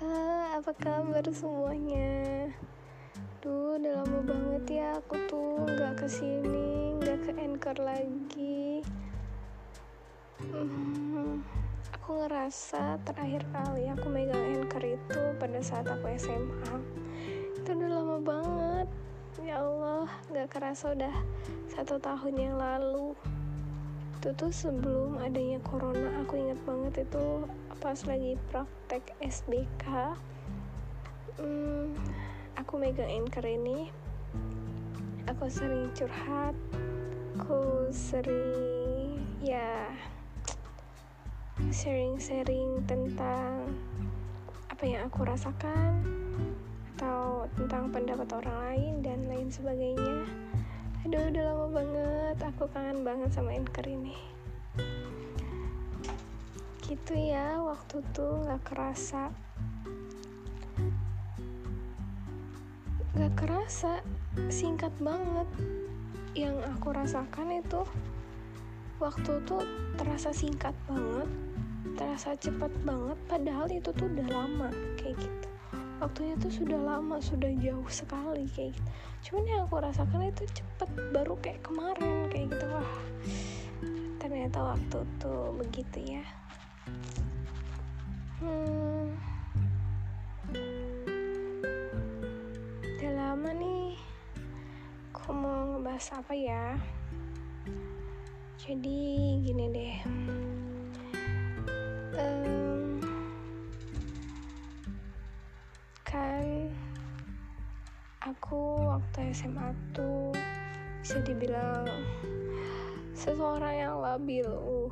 Apa kabar semuanya? Udah lama banget ya aku tuh gak kesini, gak ke Anchor lagi. Aku ngerasa terakhir kali aku megang Anchor itu pada saat aku SMA. Itu udah lama banget. Ya Allah, gak kerasa udah 1 tahun yang lalu. Itu tuh sebelum adanya corona. Aku ingat banget itu pas lagi praktek SBK. Aku megang Anchor ini. Aku sering curhat. Aku sering sharing tentang apa yang aku rasakan atau tentang pendapat orang lain dan lain sebagainya. Udah lama banget. Aku kangen banget sama Anchor ini. Gitu ya, waktu tuh gak kerasa, singkat banget. Yang aku rasakan itu waktu tuh terasa singkat banget, terasa cepat banget, padahal itu tuh udah lama kayak gitu. Waktunya tuh sudah lama, sudah jauh sekali kayak gitu. Cuman yang aku rasakan itu cepet, baru kayak kemarin kayak gitu. Wah, ternyata waktu tuh begitu ya. Udah lama nih. Aku mau ngebahas apa ya? Jadi gini deh. Kan aku waktu SMA tuh bisa dibilang seseorang yang labil.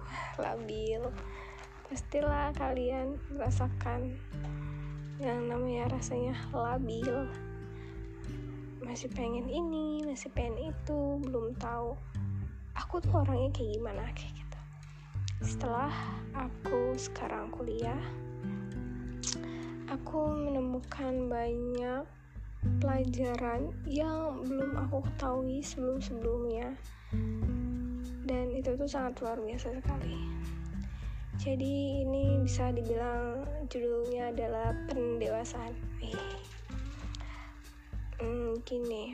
Pastilah kalian merasakan yang namanya rasanya labil. Masih pengen ini, masih pengen itu, belum tahu aku tuh orangnya kayak gimana kayak gitu. Setelah aku sekarang kuliah, aku menemukan banyak pelajaran yang belum aku ketahui sebelum-sebelumnya, dan itu tuh sangat luar biasa sekali. Jadi ini bisa dibilang judulnya adalah pendewasaan. Gini,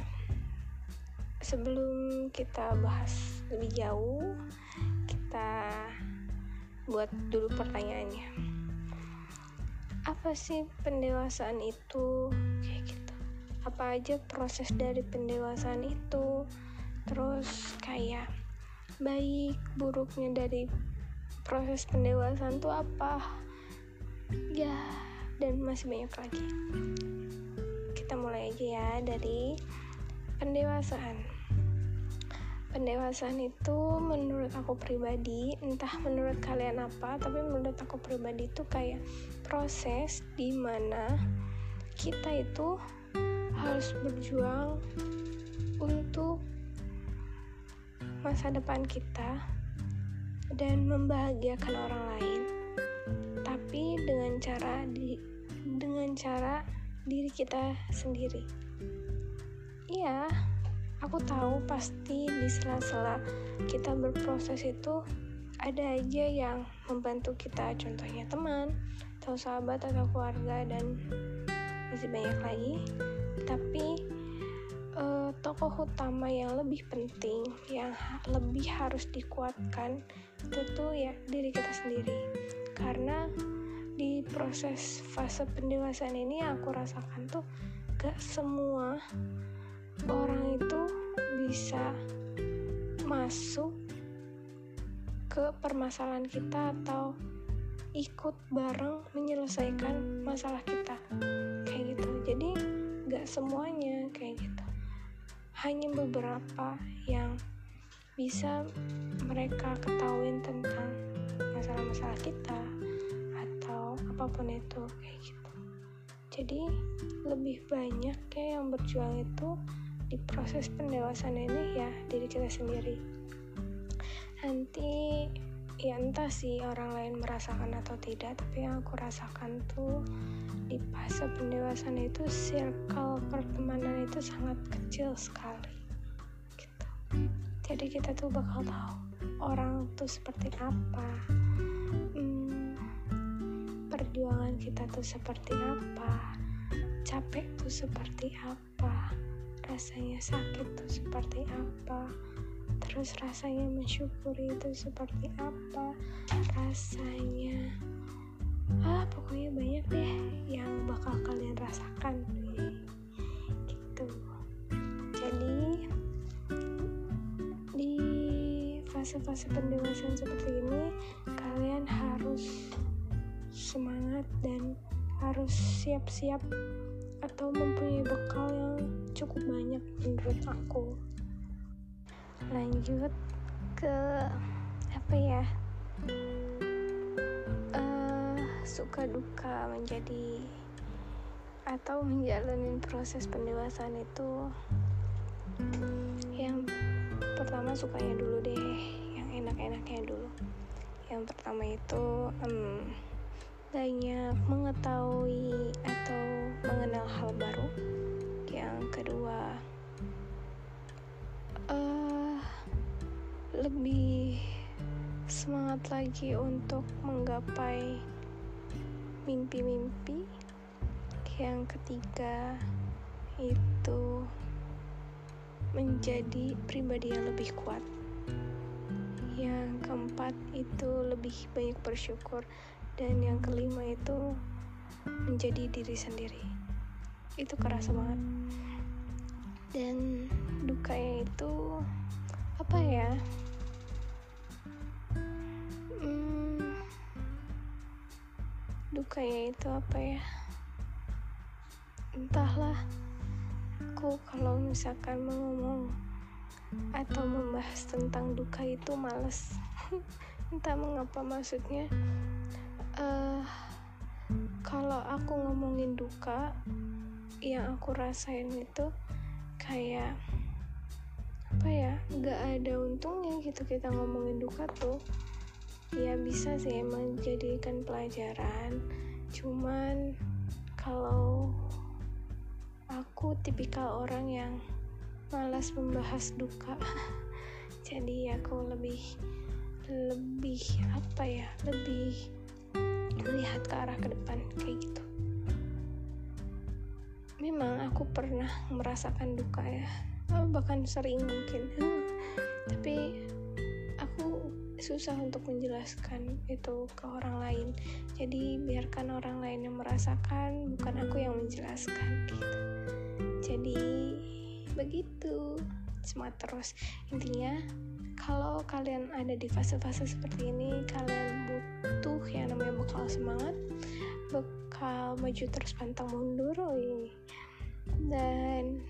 sebelum kita bahas lebih jauh, kita buat dulu pertanyaannya. Apa sih pendewasaan itu? Kayak gitu. Apa aja proses dari pendewasaan itu? Terus kayak baik buruknya dari proses pendewasaan itu apa? Ya, dan masih banyak lagi. Kita mulai aja ya dari pendewasaan. Pendewasaan itu menurut aku pribadi, entah menurut kalian apa, tapi menurut aku pribadi itu kayak proses di mana kita itu harus berjuang untuk masa depan kita dan membahagiakan orang lain, tapi dengan cara diri kita sendiri. Iya, aku tahu pasti di sela-sela kita berproses itu ada aja yang membantu kita, contohnya teman atau sahabat atau keluarga dan masih banyak lagi. Tapi tokoh utama yang lebih penting, yang lebih harus dikuatkan itu tuh ya diri kita sendiri. Karena di proses fase pendewasaan ini yang aku rasakan tuh gak semua orang itu bisa masuk ke permasalahan kita atau ikut bareng menyelesaikan masalah kita kayak gitu. Jadi gak semuanya kayak gitu, hanya beberapa yang bisa mereka ketahuin tentang masalah-masalah kita atau apapun itu kayak gitu. Jadi lebih banyak ya yang berjuang itu di proses pendewasaan ini ya diri kita sendiri. Nanti ya entah sih orang lain merasakan atau tidak, tapi yang aku rasakan tuh di fase pendewasaan itu circle pertemanan itu sangat kecil sekali gitu. Jadi kita tuh bakal tahu orang tuh seperti apa. perjuangan kita tuh seperti apa, capek tuh seperti apa, rasanya sakit tuh seperti apa, terus rasanya mensyukuri itu seperti apa, rasanya pokoknya banyak deh yang bakal kalian rasakan gitu. Jadi di fase-fase pendewasaan seperti ini kalian harus semangat dan harus siap-siap atau mempunyai bekal yang cukup banyak menurut aku. Lanjut ke suka duka menjadi atau menjalani proses pendewasaan itu. Yang pertama sukanya dulu deh, yang enak-enaknya dulu. Yang pertama itu banyak mengetahui atau mengenal hal baru. Yang kedua lebih semangat lagi untuk menggapai mimpi-mimpi. Yang ketiga itu menjadi pribadi yang lebih kuat. Yang keempat itu lebih banyak bersyukur. Dan yang kelima itu menjadi diri sendiri. Itu kerasa banget. Dan dukanya itu dukanya itu entahlah. Aku kalau misalkan mau ngomong atau membahas tentang duka itu males. Entah mengapa, maksudnya kalau aku ngomongin duka, yang aku rasain itu kayak gak ada untungnya gitu kita ngomongin duka tuh. Ya bisa sih emang jadikan pelajaran, cuman kalau aku tipikal orang yang malas membahas duka. Jadi aku lebih melihat ke arah ke depan kayak gitu. Memang aku pernah merasakan duka ya, bahkan sering mungkin, tapi aku susah untuk menjelaskan itu ke orang lain. Jadi biarkan orang lain yang merasakan, bukan aku yang menjelaskan gitu. Jadi begitu, semangat terus. Intinya kalau kalian ada di fase-fase seperti ini, kalian butuh yang namanya bekal semangat, bekal maju terus pantang mundur. Dan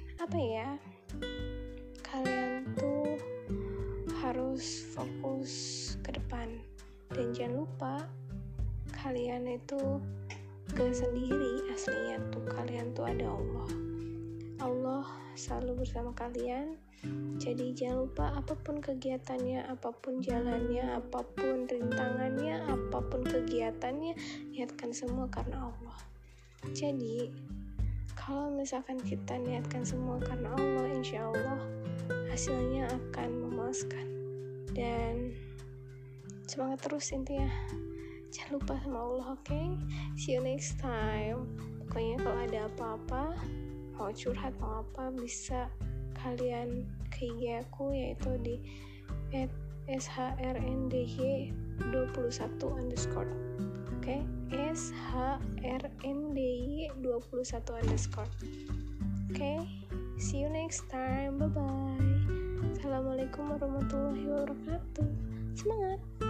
kalian tuh harus fokus ke depan. Dan jangan lupa kalian itu gak sendiri aslinya tuh. Kalian tuh ada Allah selalu bersama kalian. Jadi jangan lupa apapun kegiatannya, apapun jalannya, apapun rintangannya, apapun kegiatannya, niatkan semua karena Allah. Jadi kalau misalkan kita niatkan semua karena Allah, insya Allah hasilnya akan memuaskan. Dan semangat terus intinya, jangan lupa sama Allah, oke? See you next time. Pokoknya kalau ada apa-apa, mau curhat mau apa, bisa kalian ke IG aku, yaitu di @shrndy21_. Oke, shrndy21_. Oke, see you next time. Bye bye. Assalamualaikum warahmatullahi wabarakatuh. Semangat.